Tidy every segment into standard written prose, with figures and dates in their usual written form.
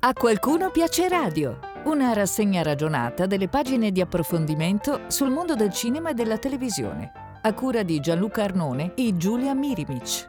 A qualcuno piace radio, una rassegna ragionata delle pagine di approfondimento sul mondo del cinema e della televisione, a cura di Gianluca Arnone e Giulia Mirimic.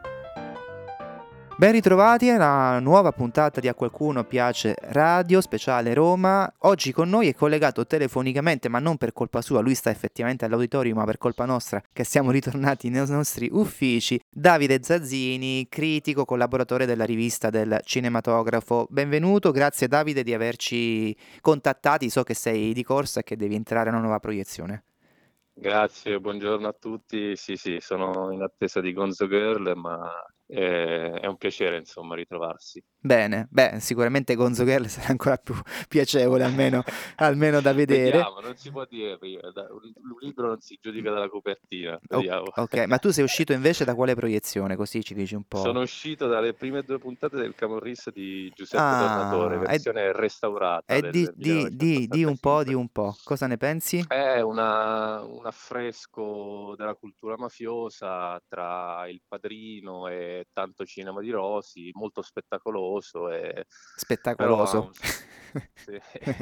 Ben ritrovati alla nuova puntata di A Qualcuno Piace Radio, speciale Roma. Oggi con noi è collegato telefonicamente, ma non per colpa sua, lui sta effettivamente all'auditorium, ma per colpa nostra che siamo ritornati nei nostri uffici, Davide Zazzini, critico, collaboratore della rivista del cinematografo. Benvenuto, grazie Davide di averci contattati, so che sei di corsa e che devi entrare a una nuova proiezione. Grazie, buongiorno a tutti. Sì, sono in attesa di Gonzo Girl, ma è un piacere, insomma, ritrovarsi. Bene, sicuramente Gonzo Girl sarà ancora più piacevole, almeno da vedere. Vediamo, non si può dire prima. Un libro non si giudica dalla copertina, vediamo. Ok, ma tu sei uscito invece da quale proiezione? Così ci dici un po'. Sono uscito dalle prime 2 puntate del Camorrista di Giuseppe Tornatore, Ah, versione restaurata del di un po', 1985. cosa ne pensi? È un affresco della cultura mafiosa tra Il Padrino e tanto cinema di Rosi, molto spettacoloso, però ha Spettacoloso. sì.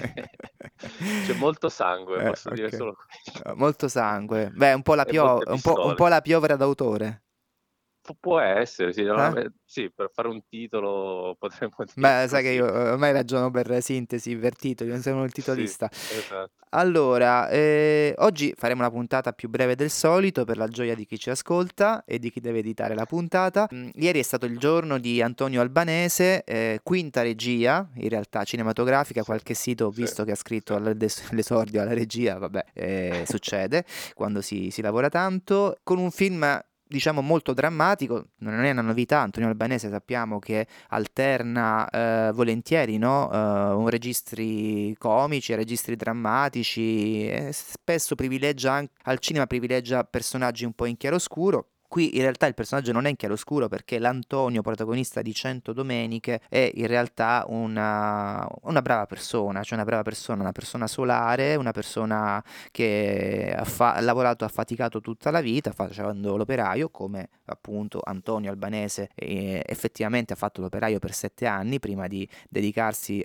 C'è molto sangue, posso dire Ok. solo questo. Molto sangue. Beh, un po' E molte un pistole. po' la piovra d'autore. Può essere, sì, Eh? sì, per fare un titolo potremmo dire Beh, sai che così. io ormai ragiono per sintesi, per titoli, non sono il Sì, titolista. esatto. Allora, oggi faremo una puntata più breve del solito per la gioia di chi ci ascolta e di chi deve editare la puntata. Ieri è stato il giorno di Antonio Albanese, quinta regia, in realtà cinematografica, Sì, qualche sito ho sì, visto che ha scritto sì. all'esordio alla regia, vabbè, succede quando si lavora tanto, con un film diciamo molto drammatico, non è una novità, Antonio Albanese sappiamo che alterna volentieri, no? Registri comici, registri drammatici, e spesso privilegia al cinema privilegia personaggi un po' in chiaroscuro. Qui in realtà il personaggio non è in chiaroscuro perché l'Antonio, protagonista di 100 Domeniche, è in realtà una brava persona, cioè una persona solare, una persona che ha lavorato, ha faticato tutta la vita facendo l'operaio, come appunto Antonio Albanese effettivamente ha fatto l'operaio per 7 anni prima di dedicarsi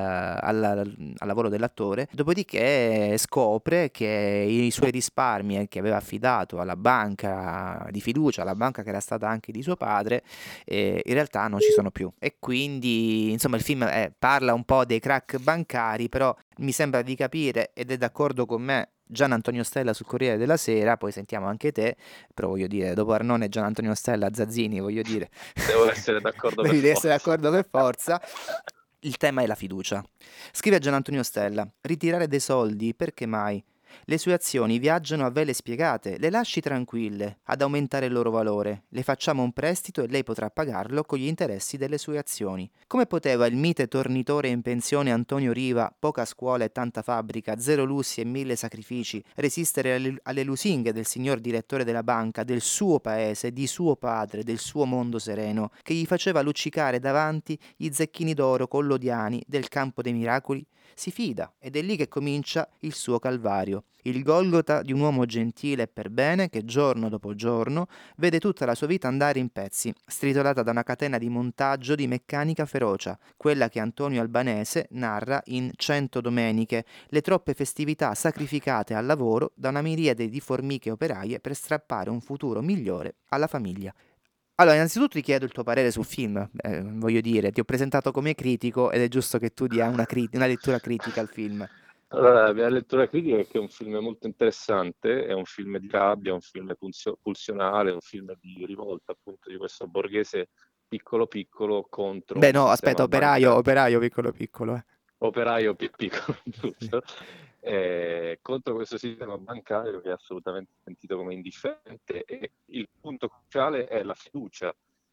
al lavoro dell'attore. Dopodiché scopre che i suoi risparmi che aveva affidato alla banca di fiducia, alla banca che era stata anche di suo padre, in realtà non ci sono più. E quindi insomma il film parla un po' dei crack bancari, però mi sembra di capire, ed è d'accordo con me Gian Antonio Stella sul Corriere della Sera, poi sentiamo anche te, però voglio dire, dopo Arnone e Gian Antonio Stella, Zazzini, voglio dire, Devo essere d'accordo per devi essere forza. d'accordo per forza. Il tema è la fiducia. Scrive Gian Antonio Stella: ritirare dei soldi, perché mai? Le sue azioni viaggiano a vele spiegate, le lasci tranquille, ad aumentare il loro valore. Le facciamo un prestito e lei potrà pagarlo con gli interessi delle sue azioni. Come poteva il mite tornitore in pensione Antonio Riva, poca scuola e tanta fabbrica, zero lussi e 1000 sacrifici, resistere alle lusinghe del signor direttore della banca, del suo paese, di suo padre, del suo mondo sereno, che gli faceva luccicare davanti gli zecchini d'oro collodiani del campo dei miracoli? Si fida ed è lì che comincia il suo calvario, il Golgota di un uomo gentile e per bene che giorno dopo giorno vede tutta la sua vita andare in pezzi, stritolata da una catena di montaggio di meccanica ferocia, quella che Antonio Albanese narra in 100 Domeniche, le troppe festività sacrificate al lavoro da una miriade di formiche operaie per strappare un futuro migliore alla famiglia. Allora, innanzitutto ti chiedo il tuo parere sul film, voglio dire, ti ho presentato come critico ed è giusto che tu dia una lettura critica al film. Allora, la mia lettura critica è che è un film molto interessante, è un film di rabbia, è un film pulsionale, è un film di rivolta appunto di questo borghese piccolo piccolo contro Beh un no, sistema aspetta, bancario, operaio piccolo piccolo, operaio piccolo, Sì. giusto, contro questo sistema bancario che è assolutamente sentito come indifferente e il punto cruciale è la fiducia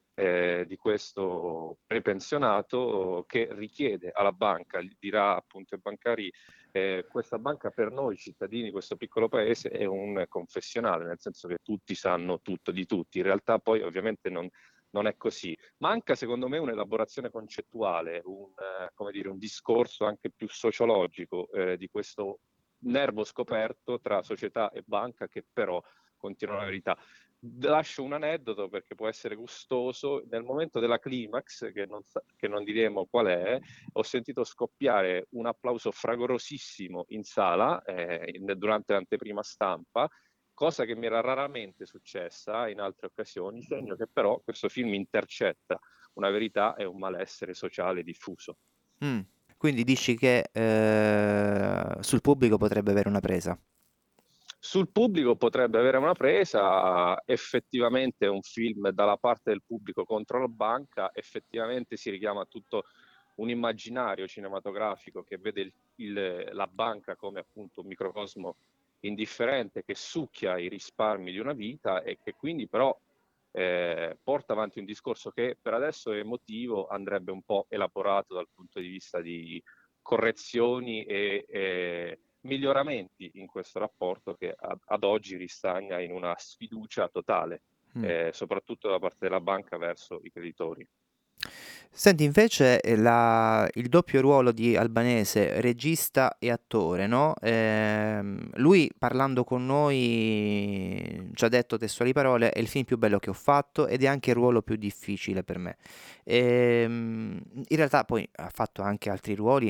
di questo prepensionato che richiede alla banca, gli dirà appunto ai bancari, questa banca per noi cittadini, questo piccolo paese è un confessionale, nel senso che tutti sanno tutto di tutti, in realtà poi ovviamente non è così. Manca secondo me un'elaborazione concettuale, come dire, un discorso anche più sociologico di questo nervo scoperto tra società e banca che però continua la verità. Lascio un aneddoto perché può essere gustoso. Nel momento della climax, che non diremo qual è, ho sentito scoppiare un applauso fragorosissimo in sala durante l'anteprima stampa, cosa che mi era raramente successa in altre occasioni, segno che però questo film intercetta una verità e un malessere sociale diffuso. Mm. Quindi dici che sul pubblico potrebbe avere una presa. Sul pubblico potrebbe avere una presa, effettivamente è un film dalla parte del pubblico contro la banca, effettivamente si richiama a tutto un immaginario cinematografico che vede la banca come appunto un microcosmo indifferente che succhia i risparmi di una vita e che quindi però porta avanti un discorso che per adesso è emotivo, andrebbe un po' elaborato dal punto di vista di correzioni e miglioramenti in questo rapporto che ad oggi ristagna in una sfiducia totale, Mm. soprattutto da parte della banca verso i creditori. Senti, invece il doppio ruolo di Albanese, regista e attore, no? Lui parlando con noi ci ha detto testuali parole, è il film più bello che ho fatto ed è anche il ruolo più difficile per me. In realtà poi ha fatto anche altri ruoli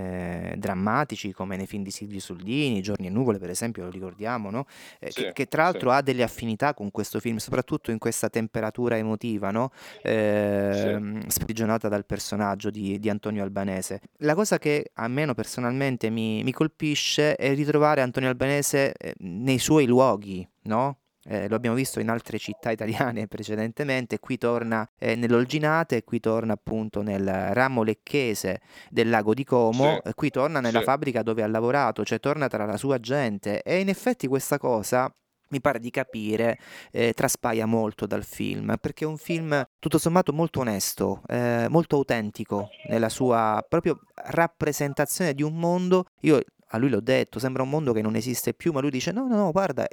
drammatici come nei film di Silvio Soldini, Giorni e nuvole per esempio, lo ricordiamo, no? Sì, Che tra sì, l'altro ha delle affinità con questo film, soprattutto in questa temperatura emotiva, no? sì. Sprigionata dal personaggio di Antonio Albanese. La cosa che almeno personalmente mi colpisce è ritrovare Antonio Albanese nei suoi luoghi, no? Lo abbiamo visto in altre città italiane precedentemente, qui torna nell'Olginate, qui torna appunto nel ramo lecchese del lago di Como, Sì, qui torna nella sì, fabbrica dove ha lavorato, cioè torna tra la sua gente e in effetti questa cosa mi pare di capire traspaia molto dal film, perché è un film tutto sommato molto onesto, molto autentico nella sua proprio rappresentazione di un mondo. Io a lui l'ho detto, sembra un mondo che non esiste più, ma lui dice no, no, no, guarda,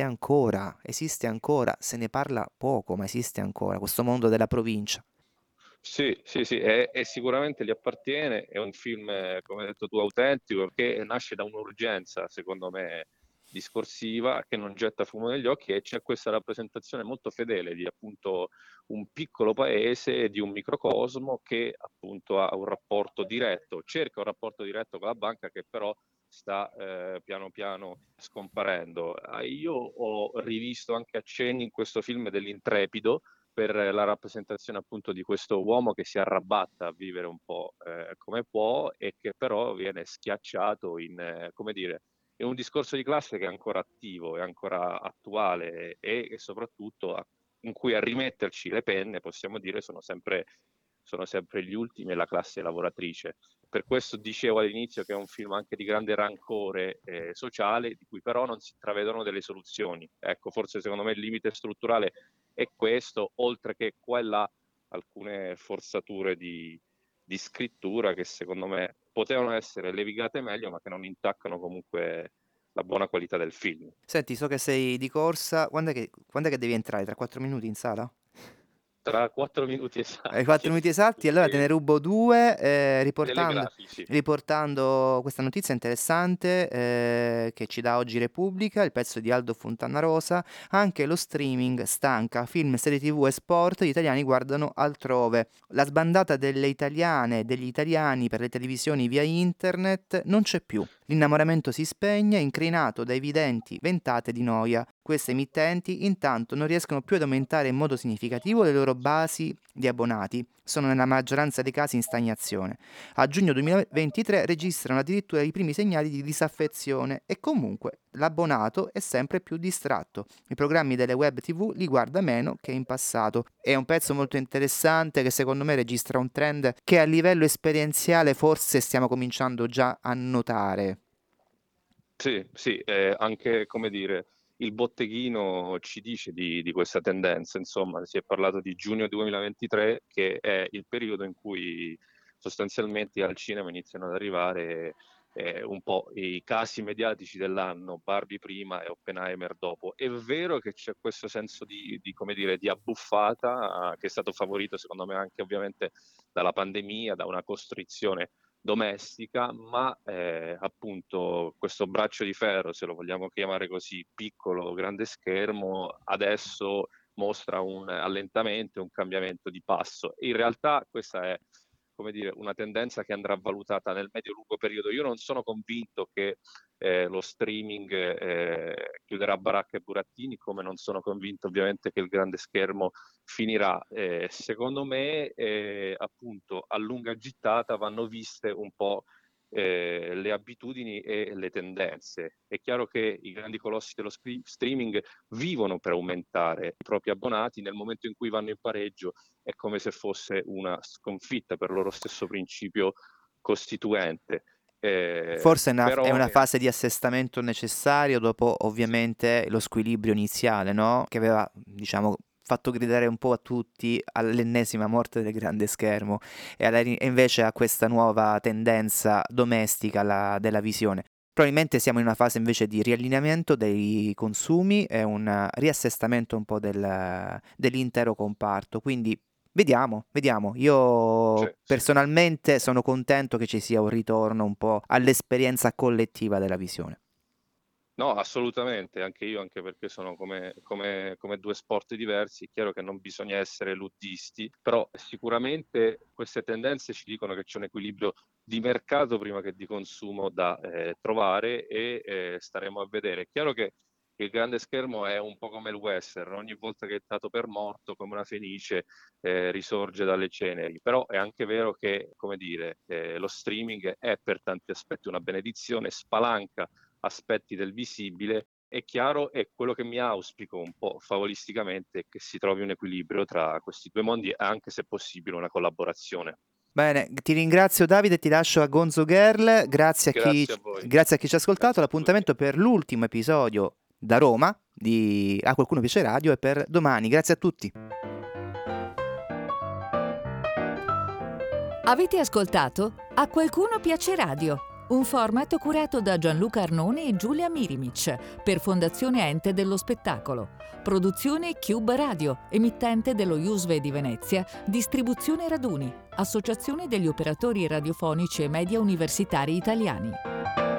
esiste ancora, se ne parla poco, ma esiste ancora, questo mondo della provincia. sì, sì, sì, e sicuramente gli appartiene, è un film, come hai detto tu, autentico, che nasce da un'urgenza, secondo me, discorsiva, che non getta fumo negli occhi e c'è questa rappresentazione molto fedele di appunto un piccolo paese, di un microcosmo che appunto ha un rapporto diretto, cerca un rapporto diretto con la banca che però sta piano piano scomparendo. Io ho rivisto anche accenni in questo film dell'intrepido, per la rappresentazione appunto di questo uomo che si arrabatta a vivere un po' come può e che però viene schiacciato in, come dire, in un discorso di classe che è ancora attivo, è ancora attuale e soprattutto in cui a rimetterci le penne, possiamo dire, sono sempre gli ultimi e la classe lavoratrice. Per questo dicevo all'inizio che è un film anche di grande rancore sociale, di cui però non si intravedono delle soluzioni. Ecco, forse secondo me il limite strutturale è questo, oltre che qua e là alcune forzature di scrittura che secondo me potevano essere levigate meglio, ma che non intaccano comunque la buona qualità del film. Senti, so che sei di corsa, quando è che devi entrare? Tra 4 minuti in sala? Tra 4 minuti Ai esatti, 4 minuti esatti, allora te ne rubo due, telegrafici. riportando questa notizia interessante che ci dà oggi Repubblica, il pezzo di Aldo Fontanarosa, anche lo streaming stanca, film, serie TV e sport, gli italiani guardano altrove. La sbandata delle italiane e degli italiani per le televisioni via internet non c'è più. L'innamoramento si spegne, incrinato da evidenti ventate di noia. Queste emittenti intanto non riescono più ad aumentare in modo significativo le loro basi di abbonati, sono nella maggioranza dei casi in stagnazione. A giugno 2023 registrano addirittura i primi segnali di disaffezione e comunque l'abbonato è sempre più distratto. I programmi delle web TV li guarda meno che in passato. È un pezzo molto interessante che secondo me registra un trend che a livello esperienziale forse stiamo cominciando già a notare. Sì, sì, anche come dire, il botteghino ci dice di questa tendenza, insomma, si è parlato di giugno 2023, che è il periodo in cui sostanzialmente al cinema iniziano ad arrivare un po' i casi mediatici dell'anno, Barbie prima e Oppenheimer dopo. È vero che c'è questo senso come dire, di abbuffata che è stato favorito secondo me anche ovviamente dalla pandemia, da una costrizione domestica, ma appunto questo braccio di ferro, se lo vogliamo chiamare così, piccolo, grande schermo, adesso mostra un allentamento e un cambiamento di passo. In realtà questa è, come dire, una tendenza che andrà valutata nel medio-lungo periodo. Io non sono convinto che lo streaming chiuderà baracca e burattini, come non sono convinto ovviamente che il grande schermo finirà. Secondo me, appunto, a lunga gittata vanno viste un po' le abitudini e le tendenze. È chiaro che i grandi colossi dello streaming vivono per aumentare i propri abbonati. Nel momento in cui vanno in pareggio è come se fosse una sconfitta per loro stesso principio costituente. Forse è Però una fase di assestamento necessario dopo ovviamente lo squilibrio iniziale, no? Che aveva, diciamo, fatto gridare un po' a tutti all'ennesima morte del grande schermo e invece a questa nuova tendenza domestica della visione. Probabilmente siamo in una fase invece di riallineamento dei consumi e un riassestamento un po' dell'intero comparto, quindi vediamo. Io sì. personalmente sono contento che ci sia un ritorno un po' all'esperienza collettiva della visione. No, assolutamente, anche io, anche perché sono come due sport diversi. È chiaro che non bisogna essere luddisti, però sicuramente queste tendenze ci dicono che c'è un equilibrio di mercato prima che di consumo da trovare e staremo a vedere. È chiaro che il grande schermo è un po' come il western, ogni volta che è dato per morto, come una fenice, risorge dalle ceneri, però è anche vero che, come dire, lo streaming è per tanti aspetti una benedizione, spalanca aspetti del visibile. È chiaro, e quello che mi auspico un po' favolisticamente è che si trovi un equilibrio tra questi due mondi, anche se possibile una collaborazione. Bene, ti ringrazio Davide, ti lascio a Gonzo Girl, grazie Grazie a voi. grazie a chi ci ha ascoltato, Grazie a l'appuntamento per l'ultimo episodio da Roma di A Qualcuno Piace Radio è per domani, grazie a tutti. Avete ascoltato A Qualcuno Piace Radio, un format curato da Gianluca Arnone e Giulia Mirimic per Fondazione Ente dello Spettacolo. Produzione Cube Radio, emittente dello IUSVE di Venezia, distribuzione Raduni, Associazione degli operatori radiofonici e media universitari italiani.